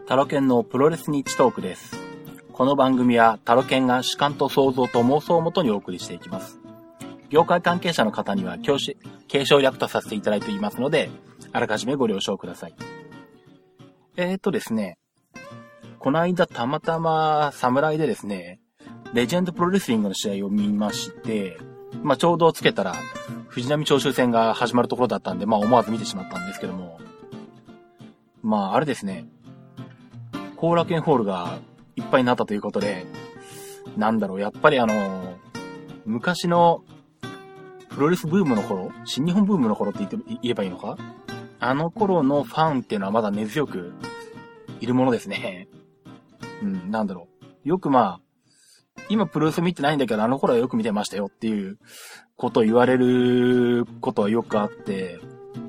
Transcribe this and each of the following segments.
タロケンのプロレスニッチトークです。この番組はタロケンが主観と想像と妄想をもとにお送りしていきます。業界関係者の方には継承略とさせていただいていますので、あらかじめご了承ください。ですね、この間たまたま侍でですね、レジェンドプロレスリングの試合を見まして、ちょうどつけたら藤波長州戦が始まるところだったんで、思わず見てしまったんですけども、あれですね、後楽園ホールがいっぱいになったということで、やっぱり昔のプロレスブームの頃、新日本ブームの頃って言えばいいのか？あの頃のファンっていうのはまだ根強くいるものですね。よく今プロレス見てないんだけど、あの頃はよく見てましたよっていうことを言われることはよくあって、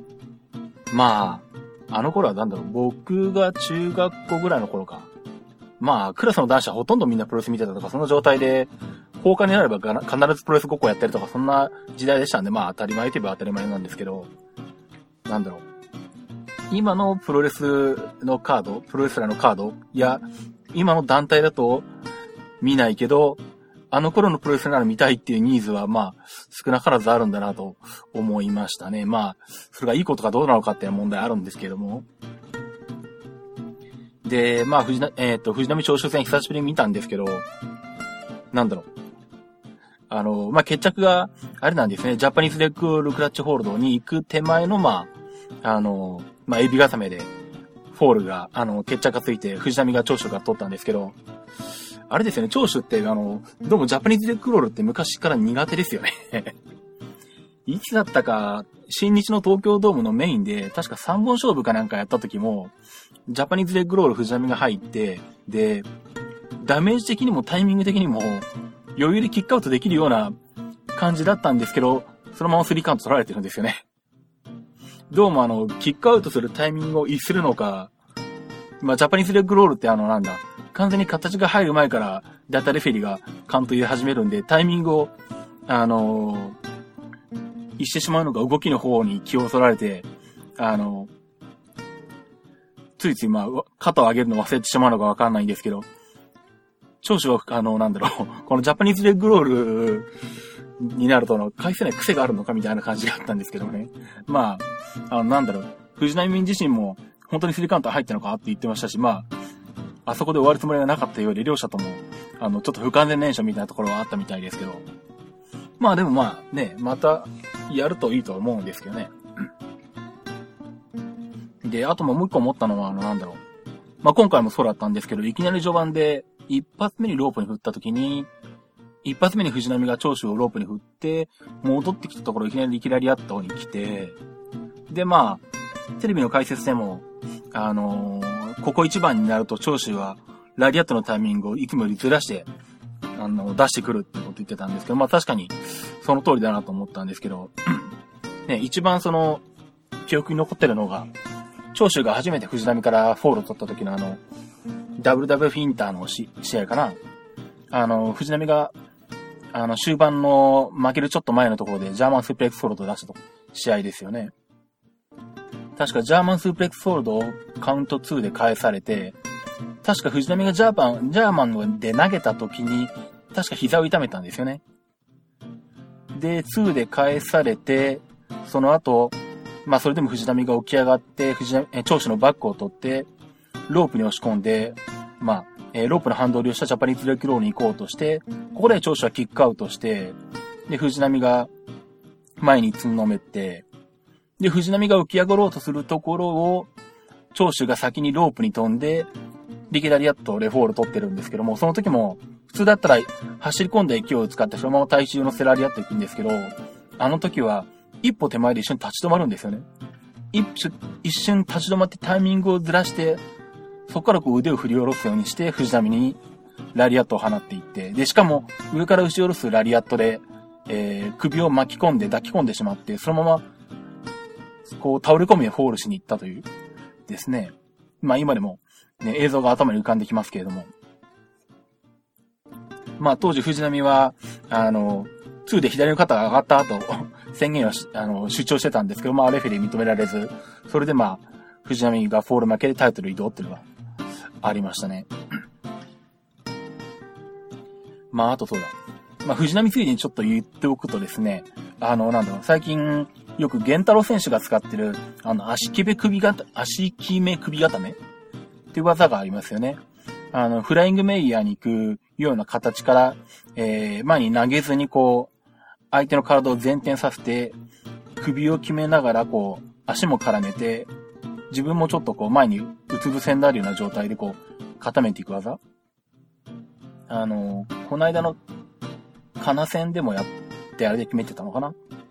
あの頃は僕が中学校ぐらいの頃か。クラスの男子はほとんどみんなプロレス見てたとか、その状態で、放課になれば必ずプロレスごっこやったりとか、そんな時代でしたんで、当たり前といえば当たり前なんですけど、今のプロレスのカード、プロレスラーのカードや、今の団体だと見ないけど、あの頃のプロレスラー見たいっていうニーズは少なからずあるんだなと思いましたね。それがいいことかどうなのかっていう問題あるんですけども。で、藤波長州戦久しぶりに見たんですけど、決着が、あれなんですね、ジャパニーズレッグロールクラッチホールドに行く手前の、エビ固めで、フォールが、決着がついて、藤波が長州が取ったんですけど、あれですよね、長州って、どうもジャパニーズレッグロールって昔から苦手ですよね。いつだったか、新日の東京ドームのメインで、確か3本勝負かなんかやった時も、ジャパニーズレッグロール藤波が入って、で、ダメージ的にもタイミング的にも、余裕でキックアウトできるような感じだったんですけど、そのまま3カウント取られてるんですよね。どうもキックアウトするタイミングを逸するのか、ジャパニーズレッグロールって完全に形が入る前から、だいたいレフェリーがカウント入れ始めるんで、タイミングを、逸してしまうのが動きの方に気を取られて、ついつい肩を上げるの忘れてしまうのかわかんないんですけど、長州は、このジャパニーズレッグロールになると返せない癖があるのかみたいな感じがあったんですけどね。藤波自身も本当に3カウント入ったのかって言ってましたし、あそこで終わるつもりがなかったようで、両者とも、ちょっと不完全燃焼みたいなところはあったみたいですけど。でもまた、やるといいと思うんですけどね。で、あともう一個思ったのは、今回もそうだったんですけど、いきなり序盤で、一発目にロープに振った時に、一発目に藤波が長州をロープに振って、戻ってきたところいきなりリキラリアットに来て、で、テレビの解説でも、ここ一番になると長州は、ラリアットのタイミングをいつもよりずらして、出してくるってこと言ってたんですけど、確かに、その通りだなと思ったんですけど、一番記憶に残ってるのが、長州が初めて藤波からフォールを取った時のダブルダブルフィンターの試合かな。藤波が、終盤の負けるちょっと前のところでジャーマンスープレックスフォールドを出した試合ですよね。確かジャーマンスープレックスフォールドをカウント2で返されて、確か藤波がジャーマンで投げた時に、確か膝を痛めたんですよね。で、2で返されて、その後、それでも藤波が起き上がって、長州のバックを取って、ロープに押し込んで、ロープのハンドルをしたジャパニーズレッグロールに行こうとして、ここで長州はキックアウトして、で、藤波が前につんのめって、で、藤波が浮き上がろうとするところを、長州が先にロープに飛んで、リキラリアットレフォール取ってるんですけども、その時も、普通だったら走り込んで勢いを使ってそのまま体重のせラリアット行くんですけど、あの時は、一歩手前で一瞬立ち止まるんですよね。一瞬立ち止まってタイミングをずらして、そこから腕を振り下ろすようにして、藤波にラリアットを放っていって、で、しかも上から打ち下ろすラリアットで、首を巻き込んで抱き込んでしまって、そのまま、倒れ込みでフォールしに行ったというですね。今でも、映像が頭に浮かんできますけれども。当時藤波は、2で左の肩が上がった後、宣言は主張してたんですけど、レフェリー認められず、それで藤波がフォール負けでタイトル移動っていうのがありましたね。まあ、あとそうだ。まあ、藤波ついでにちょっと言っておくとですね、最近、よく源太郎選手が使ってる、足決め首固めっていう技がありますよね。フライングメイヤーに行くような形から、前に投げずにこう、相手の体を前転させて、首を決めながらこう、足も絡めて、自分もちょっとこう、前にうつ伏せになるような状態でこう、固めていく技。この間の、カナ戦でもやって、あれで決めてたのかな？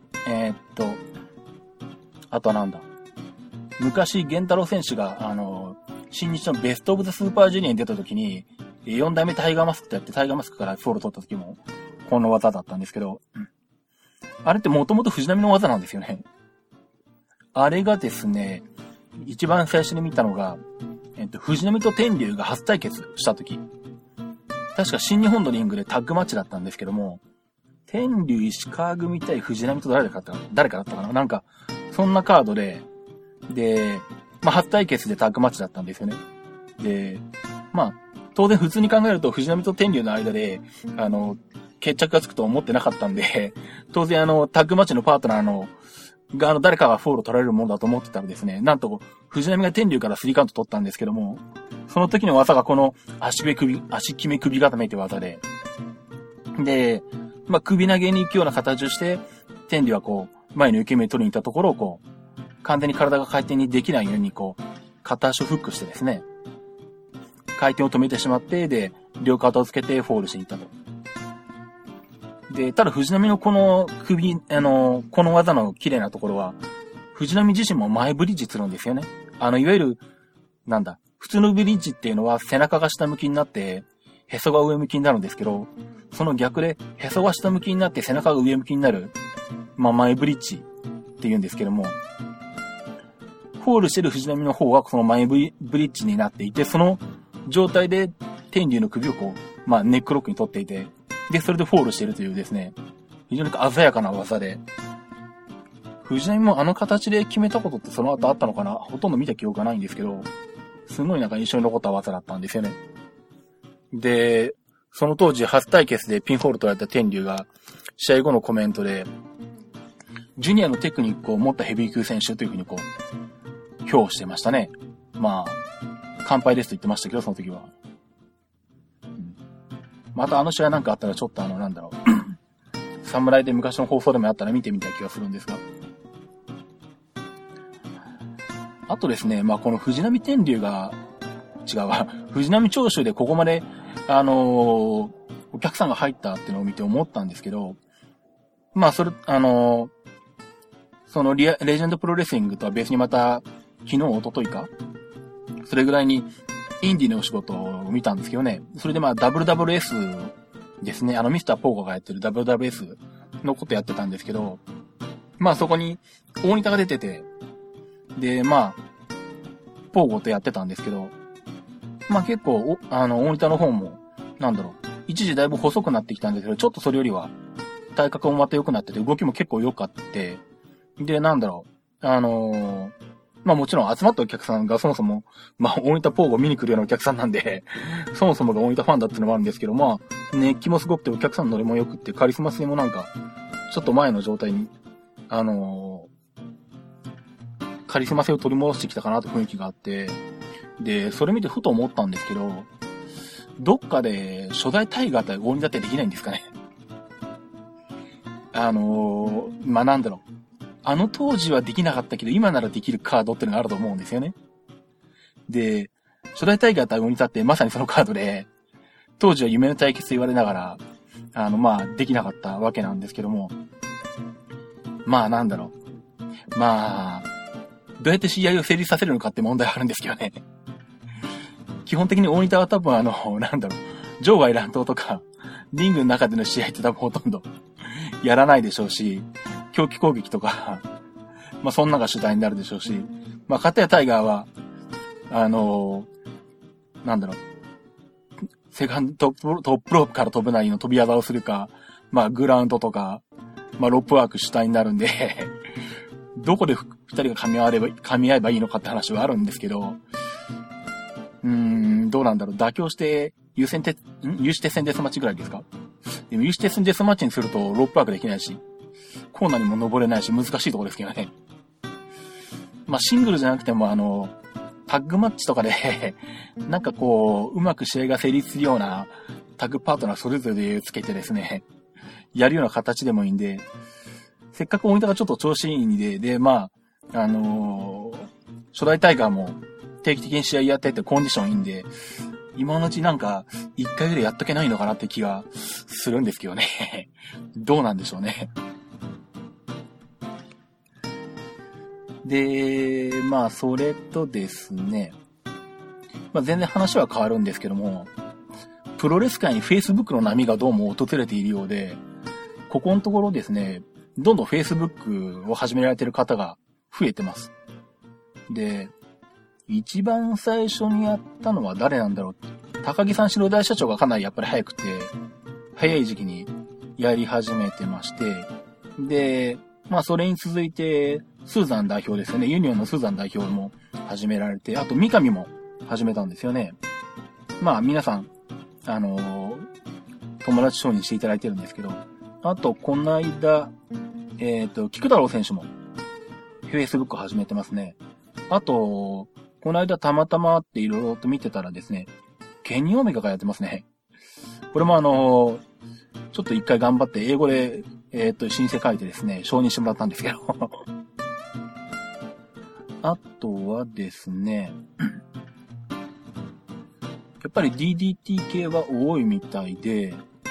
あとはなんだ。昔、源太郎選手が、新日のベストオブザスーパージュニアに出た時に、4代目タイガーマスクってやって、タイガーマスクからフォール取った時も、この技だったんですけど、あれってもともと藤波の技なんですよね。あれがですね、一番最初に見たのが、藤波と天竜が初対決した時。確か新日本のリングでタッグマッチだったんですけども、天竜石川組対藤波と誰かだったかな、なんか、そんなカードで、まあ、初対決でタッグマッチだったんですよね。で、まあ、当然普通に考えると藤波と天竜の間で、決着がつくと思ってなかったんで、当然タッグマッチのパートナーの、誰かがフォール取られるもんだと思ってたらですね、なんと、藤波が天竜から3カウント取ったんですけども、その時の技がこの足決め首固めって技で、まあ、首投げに行くような形をして、天竜はこう、前の受け身取りに行ったところをこう、完全に体が回転にできないようにこう、片足をフックしてですね、回転を止めてしまって、で、両肩をつけてフォールしに行ったと。で、ただ藤波のこのこの技の綺麗なところは、藤波自身も前ブリッジするんですよね。いわゆる、普通のブリッジっていうのは背中が下向きになって、へそが上向きになるんですけど、その逆で、へそが下向きになって背中が上向きになる、まあ前ブリッジって言うんですけども、フォールしてる藤波の方はその前ブリッジになっていて、その状態で天竜の首をこう、まあネックロックに取っていて、で、それでフォールしているというですね、非常に鮮やかな技で、藤波もあの形で決めたことってその後あったのかな？ほとんど見た記憶がないんですけど、すごい印象に残った技だったんですよね。で、その当時初対決でピンフォール取られた天竜が、試合後のコメントで、ジュニアのテクニックを持ったヘビー級選手というふうにこう、評してましたね。まあ、乾杯ですと言ってましたけど、その時は。また試合なんかあったらちょっと侍で昔の放送でもあったら見てみたい気がするんですが。あとですね、まあこの藤波天竜が、藤波長州でここまで、お客さんが入ったっていうのを見て思ったんですけど、まあそれ、そのレジェンドプロレスリングとは別にまた、昨日、一昨日かそれぐらいに、インディのお仕事を見たんですけどね。それでまあ WWS ですね。ミスターポーゴがやってる WWS のことやってたんですけど、まあそこに大仁田が出てて、で、まあ、ポーゴとやってたんですけど、まあ結構、大仁田の方も、一時だいぶ細くなってきたんですけど、ちょっとそれよりは、体格もまた良くなってて、動きも結構良かって、で、まあもちろん集まったお客さんがそもそも、まあ大仁田ポーゴ見に来るようなお客さんなんで、そもそもが大仁田ファンだっていうのもあるんですけど、まあ、熱気もすごくてお客さんのノリも良くって、カリスマ性もちょっと前の状態に、カリスマ性を取り戻してきたかなという雰囲気があって、で、それ見てふと思ったんですけど、どっかで初代タイガー対大仁田ってできないんですかね。まあ当時はできなかったけど、今ならできるカードっていうのがあると思うんですよね。で、初代タイガー対大仁田ってまさにそのカードで、当時は夢の対決と言われながら、まあ、できなかったわけなんですけども、まあまあ、どうやって試合を成立させるのかって問題はあるんですけどね。基本的に大仁田は多分場外乱闘とか、リングの中での試合って多分ほとんどやらないでしょうし、狂気攻撃とか、まあそんなが主体になるでしょうし、まあ片やタイガーは、セカンドトップロープから飛ぶなりの飛び技をするか、まあグラウンドとか、まあロップワーク主体になるんで、どこで二人が噛み合えばいいのかって話はあるんですけど、 どうなんだろう。妥協して、有刺鉄線デスマッチぐらいですか？でも有刺鉄線デスマッチにするとロープワークできないし、コーナーにも登れないし、難しいところですけどね。まあ、シングルじゃなくてもタッグマッチとかでなんかこう、うまく試合が成立するようなタッグパートナーそれぞれつけてですね、やるような形でもいいんで、せっかく大分がちょっと調子いいんで、で、まあ、初代タイガーも定期的に試合やっててコンディションいいんで、今のうちなんか、一回ぐらいやっとけないのかなって気がするんですけどね。どうなんでしょうね。で、まあ、それとですね、まあ、全然話は変わるんですけども、プロレス界に Facebook の波がどうも訪れているようで、ここのところですね、どんどん Facebook を始められている方が増えてます。で、一番最初にやったのは誰なんだろう。高木さん白大社長がかなりやっぱり早い時期にやり始めてまして、で、まあそれに続いて、スーザン代表ですよね。ユニオンのスーザン代表も始められて、あと三上も始めたんですよね。まあ皆さん、友達承認していただいてるんですけど、あと、この間、菊太郎選手も Facebook 始めてますね。あと、この間たまたまっていろいろと見てたらですね、ケニーオメガがやってますね。これもちょっと一回頑張って英語で、申請書いてですね、承認してもらったんですけど。あとはですね、やっぱり DDT 系は多いみたいで、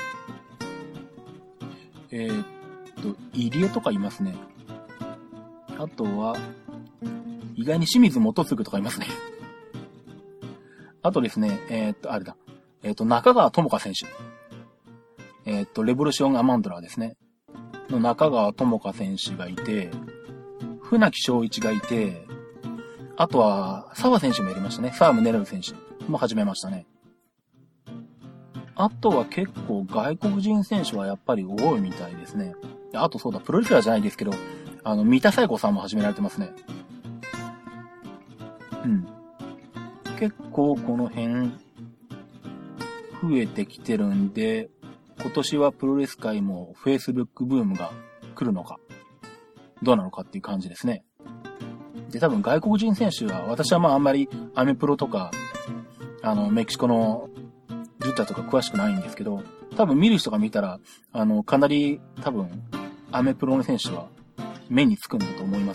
入江とかいますね。あとは、意外に清水元次とかいますね。あとですね、あれだ。中川智香選手。レボリューションアマンドラーですね。の中川智香選手がいて、船木正一がいて、あとは、沢選手もやりましたね。沢宗則選手も始めましたね。あとは結構外国人選手はやっぱり多いみたいですね。あとそうだ、プロレスラーじゃないですけど、三田紗友子さんも始められてますね。うん。結構この辺、増えてきてるんで、今年はプロレス界も Facebook ブームが来るのか、どうなのかっていう感じですね。で、多分外国人選手は、私はまああんまりアメプロとか、メキシコのジュッタとか詳しくないんですけど、多分見る人が見たら、かなり多分、アメプロの選手は目につくんだと思います。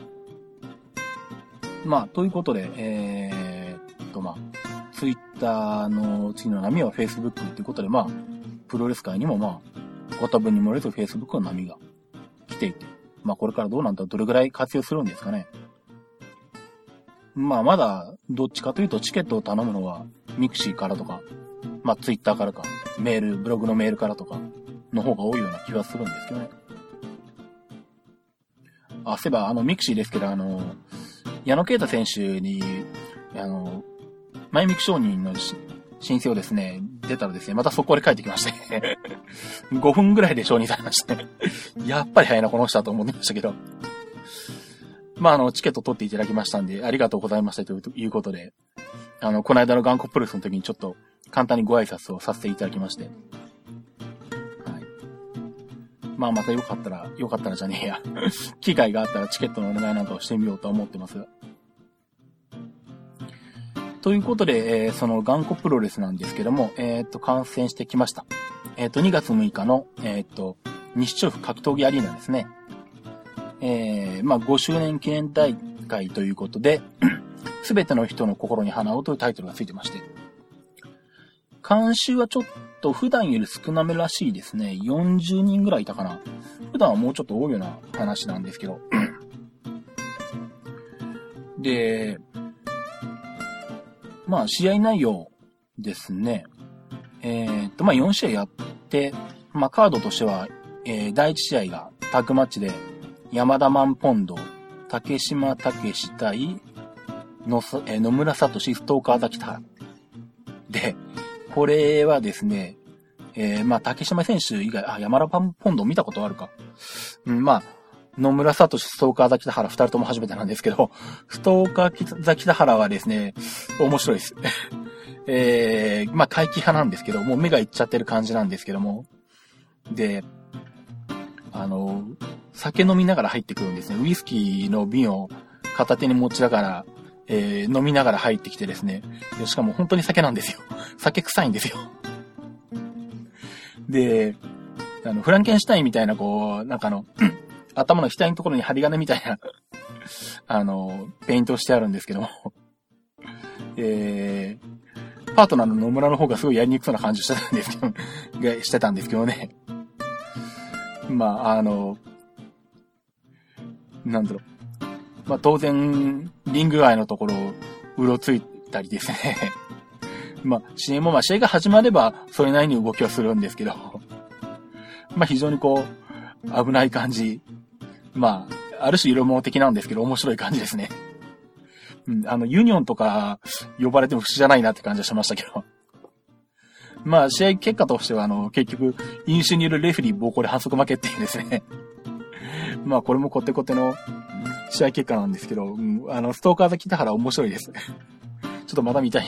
まあ、ということで、まあ、ツイッターの次の波は Facebook ということで、まあ、プロレス界にもまあ、ご多分に漏れず Facebook の波が来ていて、まあこれからどうなんだ、どれぐらい活用するんですかね。まあまだ、どっちかというとチケットを頼むのは、ミクシーからとか、まあツイッターからか、メール、ブログのメールからとか、の方が多いような気はするんですけどね。あ、そういえば、ミクシーですけど、矢野啓太選手に、前ミク承認の申請をですね、出たらですね、また速攻で帰ってきまして5分ぐらいで承認されましてやっぱり早いな、この人だと思ってましたけど。まあ、チケット取っていただきましたんで、ありがとうございましたということで、この間の頑固プロレスの時にちょっと簡単にご挨拶をさせていただきまして。はい。まあ、またよかったらじゃねえや。機会があったらチケットのお願いなんかをしてみようと思ってますが。ということで、その頑固プロレスなんですけども、観戦してきました。2月6日の、西調布格闘技アリーナですね。まあ、5周年記念大会ということで、すべての人の心に花をというタイトルがついてまして。観衆はちょっと普段より少なめらしいですね。40人ぐらいいたかな。普段はもうちょっと多いような話なんですけど。で、まあ、試合内容ですね。まあ、4試合やって、まあ、カードとしては、第1試合がタッグマッチで、山田マンポンド、竹島武史対野村聡ストーカーザキタで、これはですね、まあ、竹島選手以外、山田ポンド見たことあるか。うん、まあ、 野村聡ストーカーザ北原二人とも初めてなんですけど、ストーカーザ北原はですね、面白いです。まあ、怪奇派なんですけど、もう目がいっちゃってる感じなんですけども。で、酒飲みながら入ってくるんですね。ウイスキーの瓶を片手に持ちながら、飲みながら入ってきてですね。しかも本当に酒なんですよ。酒臭いんですよ。で、フランケンシュタインみたいな、こう、なんか頭の額のところに針金みたいな、ペイントをしてあるんですけども、パートナーの野村の方がすごいやりにくそうな感じしてたんですけどね。まあ、なんだろう。まあ、当然、リング愛のところをうろついたりですね。まあ、試合が始まれば、それなりに動きをするんですけど、まあ、非常にこう、危ない感じ。まあ、ある種色物的なんですけど、面白い感じですね。ユニオンとか呼ばれても不思議じゃないなって感じはしましたけど。まあ、試合結果としては、結局、飲酒によるレフェリー暴行で反則負けっていうですね。まあ、これもコテコテの試合結果なんですけど、ストーカーザ北原面白いです。ちょっとまだ見たいです。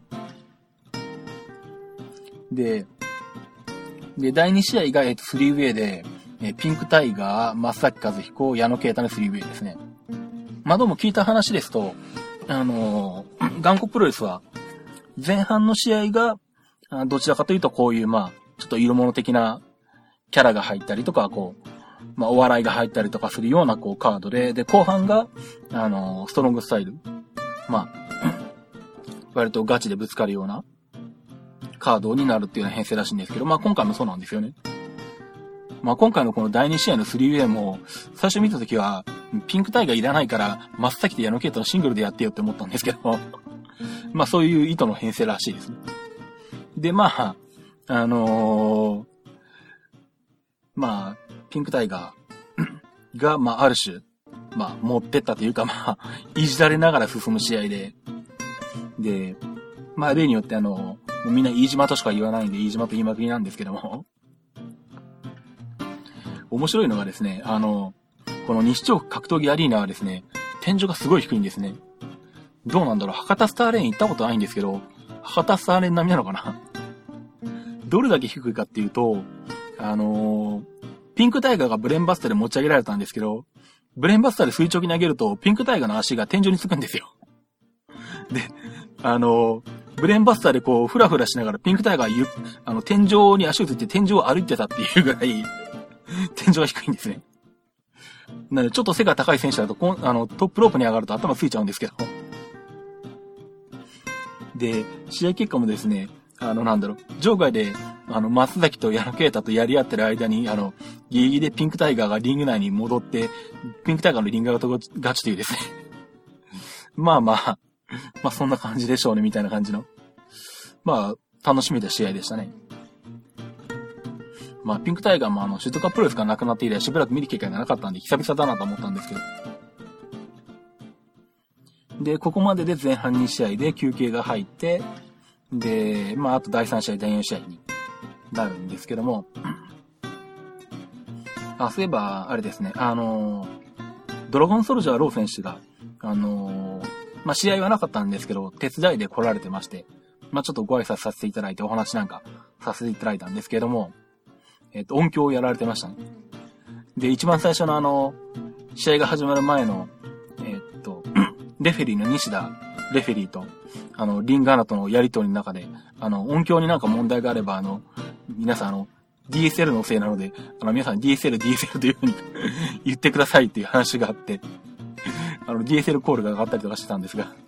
で、第2試合が、スリーウェイで、ピンクタイガー、松崎和彦、矢野啓太のスリーウェイですね。まあ、どうも聞いた話ですと、頑固プロレスは、前半の試合が、どちらかというとこういう、まあ、ちょっと色物的なキャラが入ったりとか、こう、まあ、お笑いが入ったりとかするような、こう、カードで、後半が、ストロングスタイル。まあ、割とガチでぶつかるような、カードになるっていうような編成らしいんですけど、まあ、今回もそうなんですよね。まあ、今回のこの第2試合の 3way も、最初見たときは、ピンクタイガーいらないから、真っ先と矢野啓太のシングルでやってよって思ったんですけど、まあ、そういう意図の編成らしいですね。で、まあ、まあ、ピンクタイガーが、まあ、ある種、まあ、持ってったというか、まあ、いじられながら進む試合で、まあ、例によってみんな飯島としか言わないんで、飯島と言いまくりなんですけども、面白いのがですね、この西町区格闘技アリーナはですね、天井がすごい低いんですね。どうなんだろう、博多スターレーン行ったことないんですけど、博多スターレーン並みなのかな。どれだけ低いかっていうと、ピンクタイガーがブレーンバスターで持ち上げられたんですけど、ブレーンバスターで垂直に上げると、ピンクタイガーの足が天井につくんですよ。で、ブレーンバスターでこう、フラフラしながらピンクタイガー天井に足をついて天井を歩いてたっていうぐらい、天井が低いんですね。なので、ちょっと背が高い選手だと、トップロープに上がると頭ついちゃうんですけど。で、試合結果もですね、なんだろう、場外で、松崎と矢野啓太とやり合ってる間に、ギリギリでピンクタイガーがリング内に戻って、ピンクタイガーのリングが勝ちというですね。まあ、そんな感じでしょうね、みたいな感じの。まあ、楽しみな試合でしたね。まあ、ピンクタイガーも静岡プロレスがなくなって以来しばらく見る機会がなかったんで、久々だなと思ったんですけど。で、ここまでで前半2試合で休憩が入って、で、まあ、あと第3試合、第4試合になるんですけども、そういえば、あれですね、ドラゴンソルジャーロー選手が、まあ、試合はなかったんですけど、手伝いで来られてまして、まあ、ちょっとご挨拶させていただいて、お話なんかさせていただいたんですけども、音響をやられてましたね。で、一番最初の試合が始まる前の、レフェリーの西田レフェリーと、リンガーナとのやりとりの中で、音響になんか問題があれば、皆さんDSL のせいなので、皆さん DSL というふうに言ってくださいっていう話があって、DSL コールが上がったりとかしてたんですが。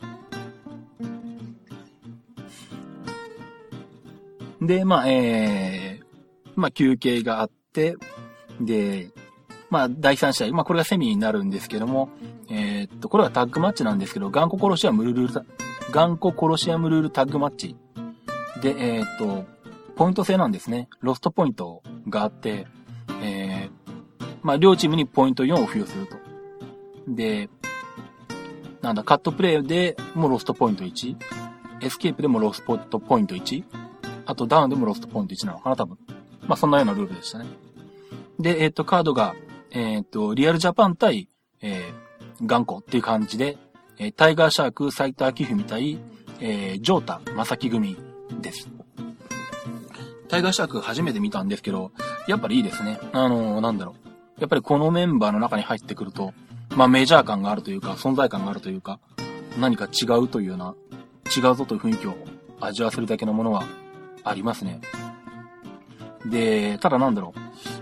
で、まあ、まあ、休憩があって、で、まあ、第3試合、まあ、これがセミになるんですけども、これはタッグマッチなんですけど、頑固コロシアムルールタッグマッチ。で、ポイント制なんですね。ロストポイントがあって、まあ、両チームにポイント4を付与すると。で、カットプレイでもロストポイント1、エスケープでもロストポイント1、あとダウンでもロストポイント1なのかな、多分。まあ、そんなようなルールでしたね。で、カードが、 リアルジャパン対、頑固っていう感じで、タイガーシャーク斉藤明文対、ジョータ正樹組です。タイガーシャーク初めて見たんですけど、やっぱりいいですね。なんだろう。やっぱりこのメンバーの中に入ってくると、まあメジャー感があるというか、存在感があるというか、何か違うというような、違うぞという雰囲気を味わわせるだけのものはありますね。で、ただなんだろ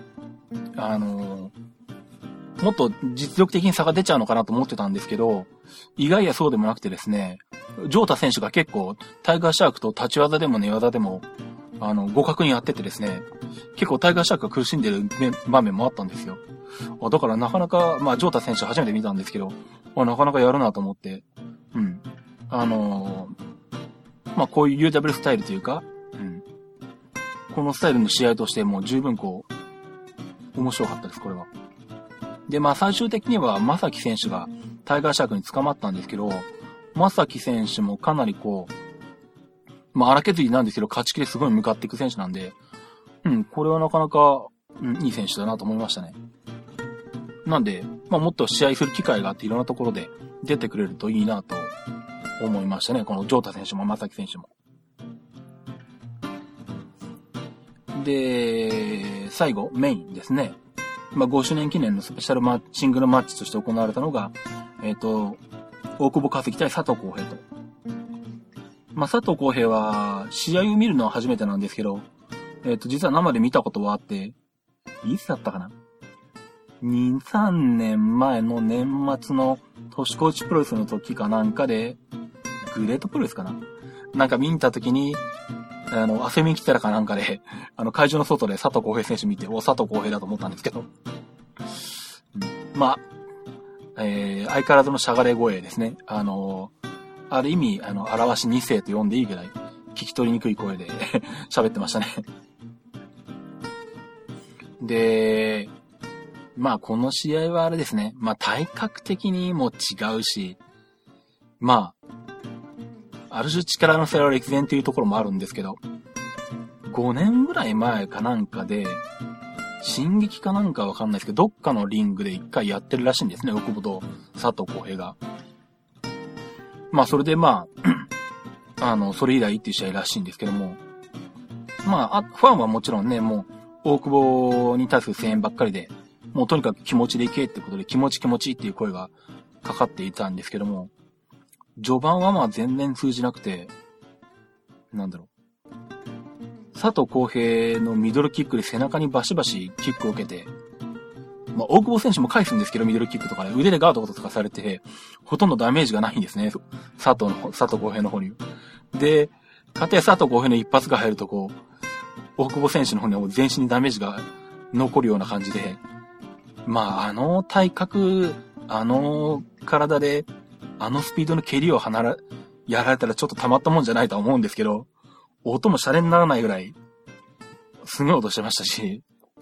う。もっと実力的に差が出ちゃうのかなと思ってたんですけど、意外やそうでもなくてですね、ジョータ選手が結構タイガーシャークと立ち技でも寝技でも、互角にやっててですね、結構タイガーシャークが苦しんでる場面もあったんですよ。だからなかなか、まあジョータ選手初めて見たんですけど、なかなかやるなと思って、うん。まあこういう UW スタイルというか、うん。このスタイルの試合としてもう十分面白かったです、これは。で、まあ最終的には正樹選手がタイガーシャークに捕まったんですけど、正樹選手もかなりまあ荒削りなんですけど、勝ち気ですごい向かっていく選手なんで、うん、これはなかなか、いい選手だなと思いましたね。なんで、まあもっと試合する機会があっていろんなところで出てくれるといいなと思いましたね。このジョータ選手も正樹選手も。で、最後、メインですね。まあ5周年記念のスペシャルシングルマッチとして行われたのが、大久保和樹対佐藤浩平と。まあ佐藤浩平は試合を見るのは初めてなんですけど、実は生で見たことはあって、いつだったかな ?2、3年前の年末の年越しプロレスの時かなんかで、グレートプロレスかななんか見に行った時に、遊びに来たらかなんかで、会場の外で佐藤浩平選手見て、佐藤浩平だと思ったんですけど。まあ、相変わらずのしゃがれ声ですね。ある意味、表し2世と呼んでいいぐらい、聞き取りにくい声で喋ってましたね。で、まあ、この試合はあれですね。まあ、体格的にも違うし、まあ、ある種力の差は歴然っていうところもあるんですけど、5年ぐらい前かなんかで、進撃かなんかわかんないですけど、どっかのリングで一回やってるらしいんですね、大久保と佐藤浩平が。まあ、それでまあ、それ以来っていう試合らしいんですけども、まあ、ファンはもちろんね、もう、大久保に対する声援ばっかりで、もうとにかく気持ちでいけってことで、気持ちっていう声がかかっていたんですけども、序盤はまあ全然通じなくて、なんだろう。佐藤浩平のミドルキックで背中にバシバシキックを受けて、まあ、大久保選手も返すんですけど、ミドルキックとかで、腕でガードとかされて、ほとんどダメージがないんですね。佐藤浩平の方に。で、かたや佐藤浩平の一発が入ると大久保選手の方にはもう全身にダメージが残るような感じで、まあ、体格、体で、スピードの蹴りをやられたらちょっとたまったもんじゃないとは思うんですけど、音もシャレにならないぐらい、すごい音してましたし、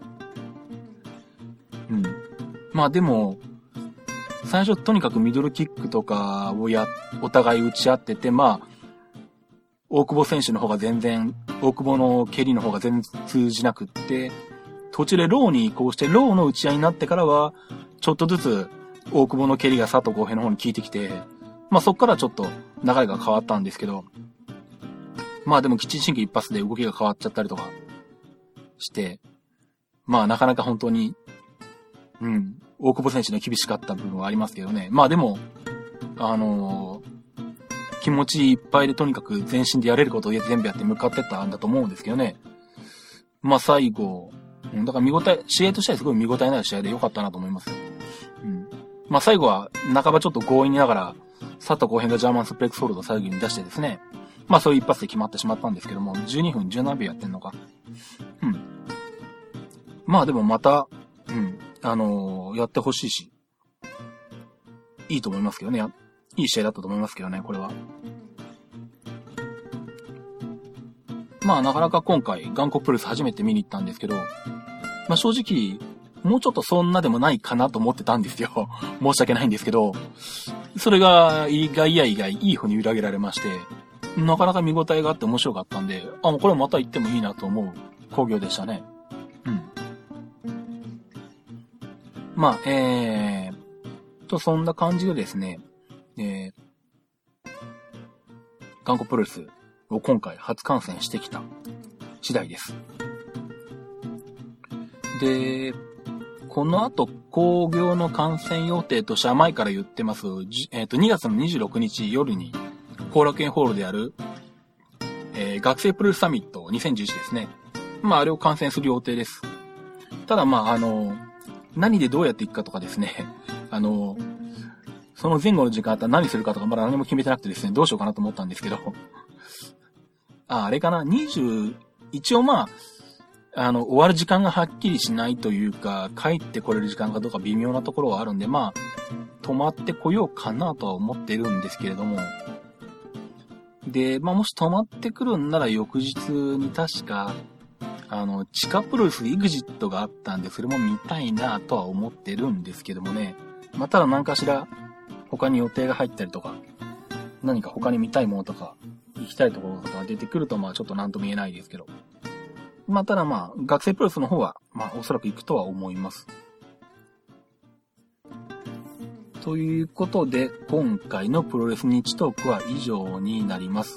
うん。まあでも、最初とにかくミドルキックとかをお互い打ち合ってて、まあ、大久保選手の方が大久保の蹴りの方が全然通じなくって、途中でローに移行して、ローの打ち合いになってからは、ちょっとずつ大久保の蹴りが佐藤浩平の方に効いてきて、まあそっからちょっと流れが変わったんですけど、まあでもキッチンシンク一発で動きが変わっちゃったりとかして、まあなかなか本当に、大久保選手の厳しかった部分はありますけどね。まあでも、気持ちいっぱいでとにかく全身でやれることを全部やって向かってったんだと思うんですけどね。まあ最後、だから試合としてはすごい見応えのある試合で良かったなと思いますよ。まあ最後は半ばちょっと強引にながら、佐藤浩平がジャーマンスプレックスホールドを最後に出してですね、まあそういう一発で決まってしまったんですけども、12分17秒やってんのか。まあでもまた、やってほしいし、いいと思いますけどね。いい試合だったと思いますけどね、これは。まあなかなか今回、頑固プロレス初めて見に行ったんですけど、まあ正直、もうちょっとそんなでもないかなと思ってたんですよ。申し訳ないんですけど、それが意外いい風に裏切られまして、なかなか見応えがあって面白かったんで、もうこれまた行ってもいいなと思う興行でしたね。 まあ、そんな感じでですね、韓国プロレスを今回初観戦してきた次第です。で、この後、興行の観戦予定としては前から言ってます、2月の26日夜に、後楽園ホールである、学生プロレスサミット2011ですね。まあ、あれを観戦する予定です。ただ、まあ、何でどうやって行くかとかですね、その前後の時間あったら何するかとかまだ何も決めてなくてですね、どうしようかなと思ったんですけど、あれかな、一応まあ、終わる時間がはっきりしないというか、帰ってこれる時間かどうか微妙なところはあるんで、まあ、泊まってこようかなとは思ってるんですけれども、で、まあもし泊まってくるんなら翌日に確か、地下プロレスエグジットがあったんで、それも見たいなとは思ってるんですけどもね。まあ、ただ何かしら他に予定が入ったりとか、何か他に見たいものとか、行きたいところとか出てくると、まあちょっと何とも言えないですけど。まあただまあ、学生プロレスの方は、まあおそらく行くとは思います。ということで、今回のプロレス日トークは以上になります。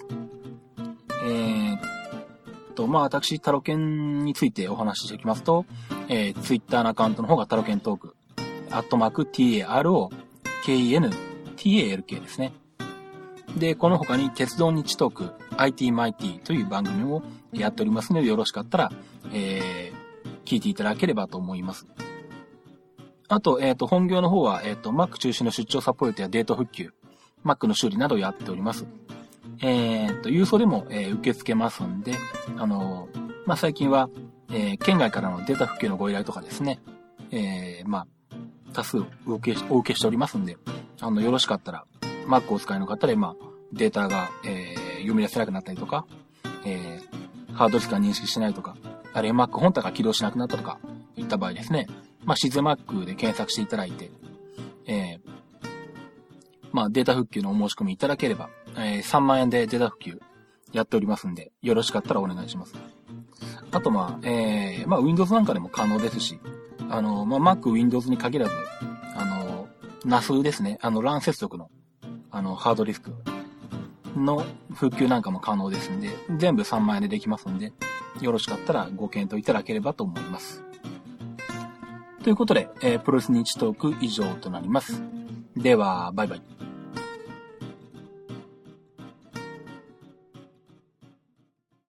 まあ私、タロケンについてお話ししていきますと、ツイッターのアカウントの方がタロケントーク、@TAROKENTALK ですね。で、この他に鉄道日トーク、IT マイティという番組をやっておりますので、よろしかったら、聞いていただければと思います。あと、本業の方は、Mac 中心の出張サポートやデータ復旧、Mac の修理などをやっております。郵送でも、受け付けますんで、まあ、最近は、県外からのデータ復旧のご依頼とかですね、まあ、多数お受けしておりますんで、よろしかったら、Mac をお使いの方で、まあ、データが、読み出せなくなったりとか、ハードディスクが認識しないとか、あるいは Mac 本体が起動しなくなったとか、いった場合ですね、まあ、シズマックで検索していただいて、まあ、データ復旧のお申し込みいただければ、3万円でデータ復旧やっておりますんで、よろしかったらお願いします。あと、まあ、まあ、Windows なんかでも可能ですし、まあ、Mac、Windows に限らず、NAS ですね、LAN 接続の、ハードディスクの復旧なんかも可能ですんで、全部3万円でできますんで、よろしかったらご検討いただければと思います。ということで、プロレス日トーク以上となります。では、バイバイ。